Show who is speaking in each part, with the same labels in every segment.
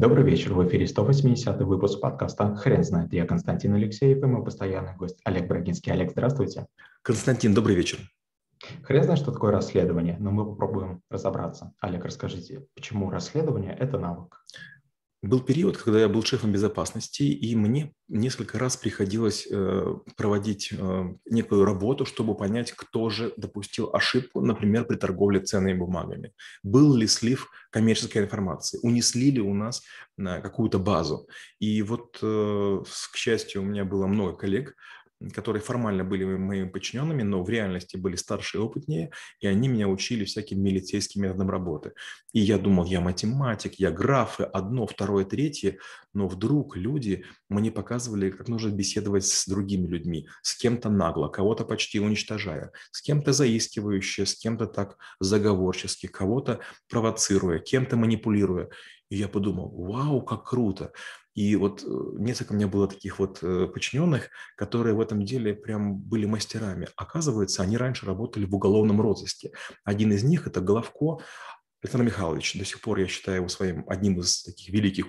Speaker 1: Добрый вечер, в эфире 180-й выпуск подкаста «Хрен знает». Я Константин Алексеев и мой постоянный гость Олег Брагинский. Олег, здравствуйте.
Speaker 2: Константин, добрый вечер.
Speaker 1: Хрен знает, что такое расследование, но мы попробуем разобраться. Олег, расскажите, почему расследование – это навык?
Speaker 2: Был период, когда я был шефом безопасности, и мне несколько раз приходилось проводить некую работу, чтобы понять, кто же допустил ошибку, например, при торговле ценными бумагами. Был ли слив коммерческой информации? Унесли ли у нас какую-то базу? И вот, к счастью, у меня было много коллег, которые формально были моими подчиненными, но в реальности были старше и опытнее, и они меня учили всяким милицейским методам работы. И я думал, я математик, я графы, одно, второе, третье, но вдруг люди мне показывали, как нужно беседовать с другими людьми, с кем-то нагло, кого-то почти уничтожая, с кем-то заискивающе, с кем-то так заговорчески, кого-то провоцируя, кем-то манипулируя. И я подумал, вау, как круто. И вот несколько у меня было таких вот подчиненных, которые в этом деле прям были мастерами. Оказывается, они раньше работали в уголовном розыске. Один из них – это Головко Александр Михайлович. До сих пор я считаю его своим одним из таких великих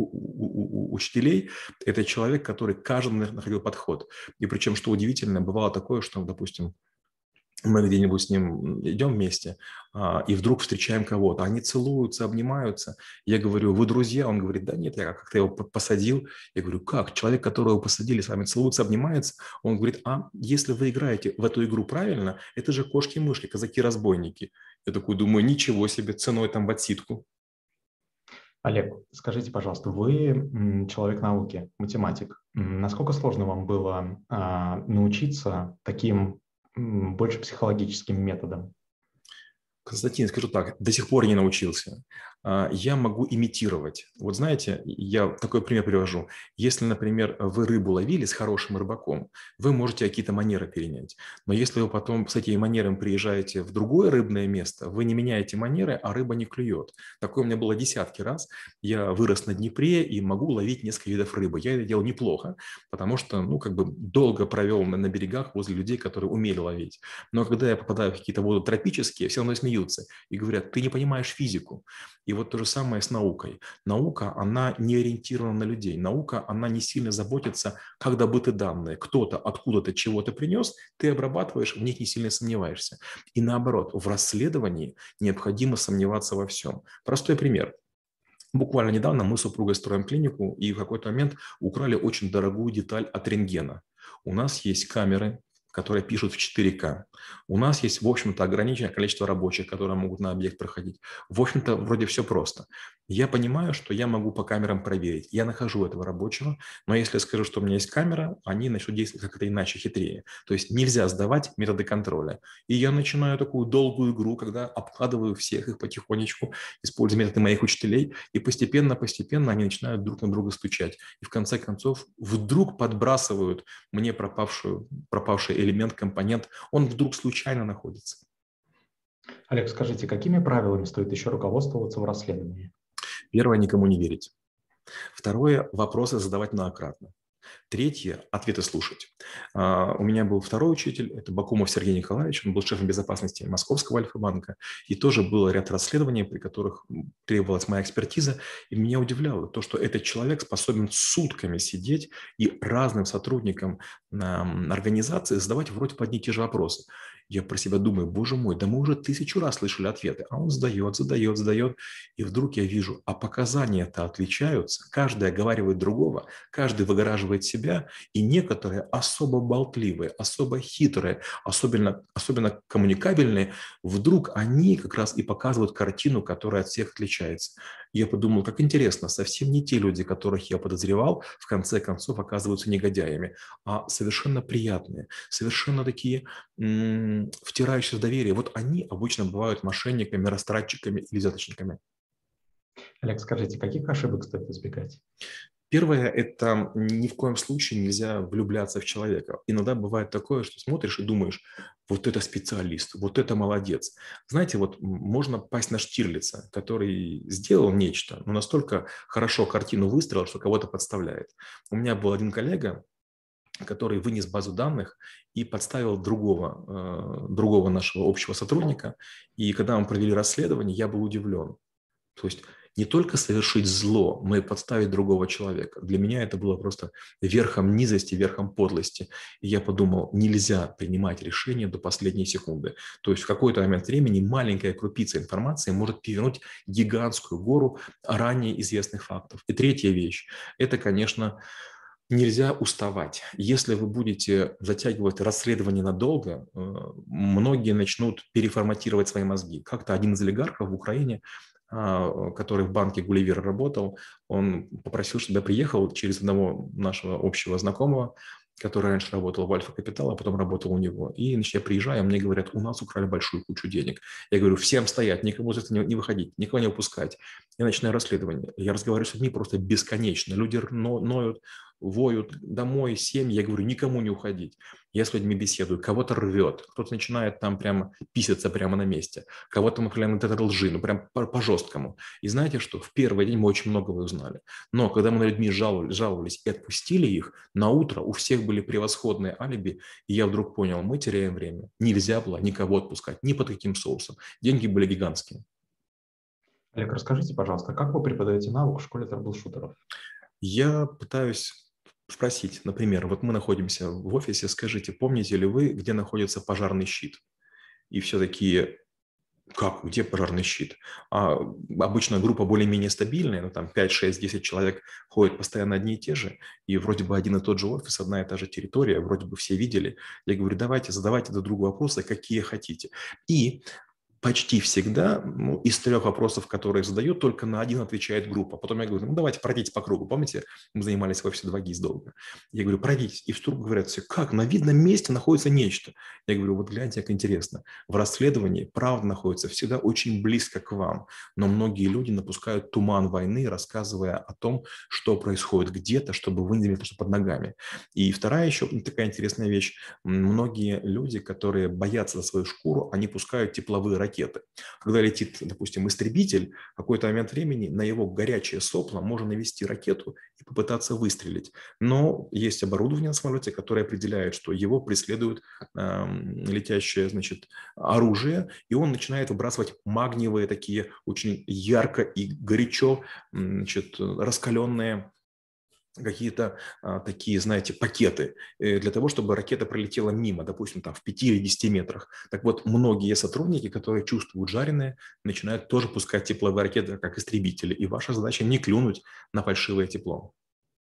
Speaker 2: учителей. Это человек, который каждому находил подход. И причем, что удивительно, бывало такое, что, допустим, мы где-нибудь с ним идем вместе, и вдруг встречаем кого-то. Они целуются, обнимаются. Я говорю, вы друзья? Он говорит, да нет, я как-то его посадил. Я говорю, как? Человек, которого посадили, с вами целуется, обнимается? Он говорит, а если вы играете в эту игру правильно, это же кошки-мышки, казаки-разбойники. Я такой думаю, ничего себе, ценой там в отсидку.
Speaker 1: Олег, скажите, пожалуйста, вы человек науки, математик. Насколько сложно вам было научиться таким больше психологическим методам?
Speaker 2: Константин, скажу так, до сих пор не научился. Я могу имитировать. Вот знаете, я такой пример привожу. Если, например, вы рыбу ловили с хорошим рыбаком, вы можете какие-то манеры перенять. Но если вы потом с этими манерами приезжаете в другое рыбное место, вы не меняете манеры, а рыба не клюет. Такое у меня было десятки раз. Я вырос на Днепре и могу ловить несколько видов рыбы. Я это делал неплохо, потому что, долго провел на берегах возле людей, которые умели ловить. Но когда я попадаю в какие-то воды тропические, все равно смеются и говорят, ты не понимаешь физику. И вот то же самое с наукой. Наука, она не ориентирована на людей. Наука, она не сильно заботится, как добыты данные. Кто-то откуда-то чего-то принес, ты обрабатываешь, в них не сильно сомневаешься. И наоборот, в расследовании необходимо сомневаться во всем. Простой пример. Буквально недавно мы с супругой строим клинику, и в какой-то момент украли очень дорогую деталь от рентгена. У нас есть камеры, которые пишут в 4К. У нас есть, в общем-то, ограниченное количество рабочих, которые могут на объект проходить. В общем-то, вроде все просто. Я понимаю, что я могу по камерам проверить. Я нахожу этого рабочего, но если я скажу, что у меня есть камера, они начнут действовать как-то иначе, хитрее. То есть нельзя сдавать методы контроля. И я начинаю такую долгую игру, когда обкладываю всех их потихонечку, используя методы моих учителей, и постепенно они начинают друг на друга стучать. И в конце концов вдруг подбрасывают мне пропавший элемент, компонент, он вдруг случайно находится.
Speaker 1: Олег, скажите, какими правилами стоит еще руководствоваться в расследовании?
Speaker 2: Первое – никому не верить. Второе – вопросы задавать многократно. Третье – ответы слушать. У меня был второй учитель, это Бакумов Сергей Николаевич, он был шефом безопасности Московского Альфа-банка, и тоже был ряд расследований, при которых требовалась моя экспертиза, и меня удивляло то, что этот человек способен сутками сидеть и разным сотрудникам организации задавать вроде бы одни и те же вопросы. Я про себя думаю, боже мой, да мы уже 1000 раз слышали ответы, а он задает, и вдруг я вижу, а показания-то отличаются, каждый оговаривает другого, каждый выгораживает себя, и некоторые особо болтливые, особо хитрые, особенно коммуникабельные, вдруг они как раз и показывают картину, которая от всех отличается. Я подумал, как интересно, совсем не те люди, которых я подозревал, в конце концов оказываются негодяями, а совершенно приятные, совершенно такие втирающие в доверие. Вот они обычно бывают мошенниками, растратчиками или взяточниками.
Speaker 1: Олег, скажите, каких ошибок стоит избегать?
Speaker 2: Первое – это ни в коем случае нельзя влюбляться в человека. Иногда бывает такое, что смотришь и думаешь, вот это специалист, вот это молодец. Знаете, вот можно пасть на Штирлица, который сделал нечто, но настолько хорошо картину выстроил, что кого-то подставляет. У меня был один коллега, который вынес базу данных и подставил другого нашего общего сотрудника. И когда мы провели расследование, я был удивлен. То есть не только совершить зло, но и подставить другого человека. Для меня это было просто верхом низости, верхом подлости. И я подумал, нельзя принимать решения до последней секунды. То есть в какой-то момент времени маленькая крупица информации может перевернуть гигантскую гору ранее известных фактов. И третья вещь – это, конечно, нельзя уставать. Если вы будете затягивать расследование надолго, многие начнут переформатировать свои мозги. Как-то один из олигархов в Украине, который в банке Гулливер работал, он попросил, чтобы я приехал через одного нашего общего знакомого, который раньше работал в Альфа Капитал, а потом работал у него. И значит, я приезжаю, мне говорят, у нас украли большую кучу денег. Я говорю, всем стоять, никому из этого не выходить, никого не упускать. Я начинаю расследование. Я разговариваю с людьми просто бесконечно. Люди ноют, воют домой, семьи. Я говорю, никому не уходить. Я с людьми беседую. Кого-то рвет, кто-то начинает там прямо писаться прямо на месте. Кого-то мы прямо это лжи, ну прям по-жесткому. И знаете что? В первый день мы очень многого узнали. Но когда мы на людьми жаловались и отпустили их, на утро у всех были превосходные алиби, и я вдруг понял, мы теряем время. Нельзя было никого отпускать, ни под каким соусом. Деньги были гигантские.
Speaker 1: Олег, расскажите, пожалуйста, как вы преподаете навык в школе трэблшутеров?
Speaker 2: Я пытаюсь спросить, например, вот мы находимся в офисе, скажите, помните ли вы, где находится пожарный щит? И все такие, как, где пожарный щит? Обычно группа более-менее стабильная, ну там 5, 6, 10 человек ходят постоянно одни и те же, и вроде бы один и тот же офис, одна и та же территория, вроде бы все видели. Я говорю, давайте, задавайте друг другу вопросы, какие хотите. И почти всегда из 3 вопросов, которые задают, только на один отвечает группа. Потом я говорю, ну давайте пройдите по кругу. Помните, мы занимались в офисе 2GIS долго. Я говорю, пройдитесь. И вдруг говорят все, как, на видном месте находится нечто. Я говорю, вот гляньте, как интересно. В расследовании правда находится всегда очень близко к вам. Но многие люди напускают туман войны, рассказывая о том, что происходит где-то, чтобы вы не знали, что под ногами. И вторая еще такая интересная вещь. Многие люди, которые боятся за свою шкуру, они пускают тепловые ракеты. Когда летит, допустим, истребитель, в какой-то момент времени на его горячее сопло можно навести ракету и попытаться выстрелить. Но есть оборудование на самолете, которое определяет, что его преследует летящее, значит, оружие, и он начинает выбрасывать магниевые такие очень ярко и горячо, значит, раскаленные какие-то такие, знаете, пакеты для того, чтобы ракета пролетела мимо, допустим, там в 5 или 10 метрах. Так вот, многие сотрудники, которые чувствуют жареное, начинают тоже пускать тепловые ракеты, как истребители. И ваша задача не клюнуть на фальшивое тепло.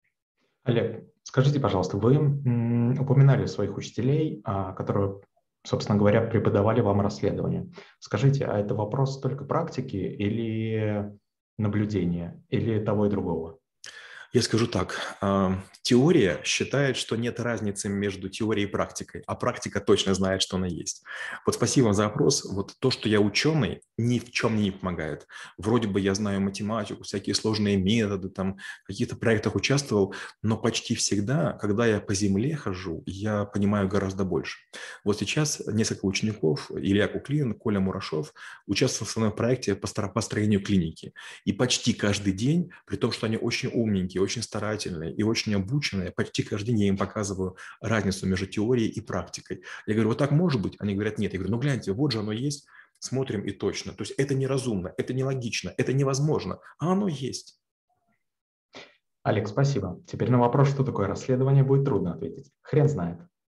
Speaker 1: Олег, скажите, пожалуйста, вы упоминали своих учителей, которые, собственно говоря, преподавали вам расследование. Скажите, а это вопрос только практики или наблюдения, или того и другого?
Speaker 2: Я скажу так, теория считает, что нет разницы между теорией и практикой, а практика точно знает, что она есть. Вот спасибо вам за вопрос. Вот то, что я ученый, ни в чем мне не помогает. Вроде бы я знаю математику, всякие сложные методы, там, в каких-то проектах участвовал, но почти всегда, когда я по земле хожу, я понимаю гораздо больше. Вот сейчас несколько учеников, Илья Куклин, Коля Мурашов, участвовали в своем проекте по построению клиники. И почти каждый день, при том, что они очень умненькие, очень старательные и очень обученные, почти каждый день я им показываю разницу между теорией и практикой. Я говорю, вот так может быть? Они говорят, нет. Я говорю, ну гляньте, вот же оно есть, смотрим и точно. То есть это неразумно, это нелогично, это невозможно, а оно есть.
Speaker 1: Олег, спасибо. Теперь на вопрос, что такое расследование, будет трудно ответить. Хрен знает.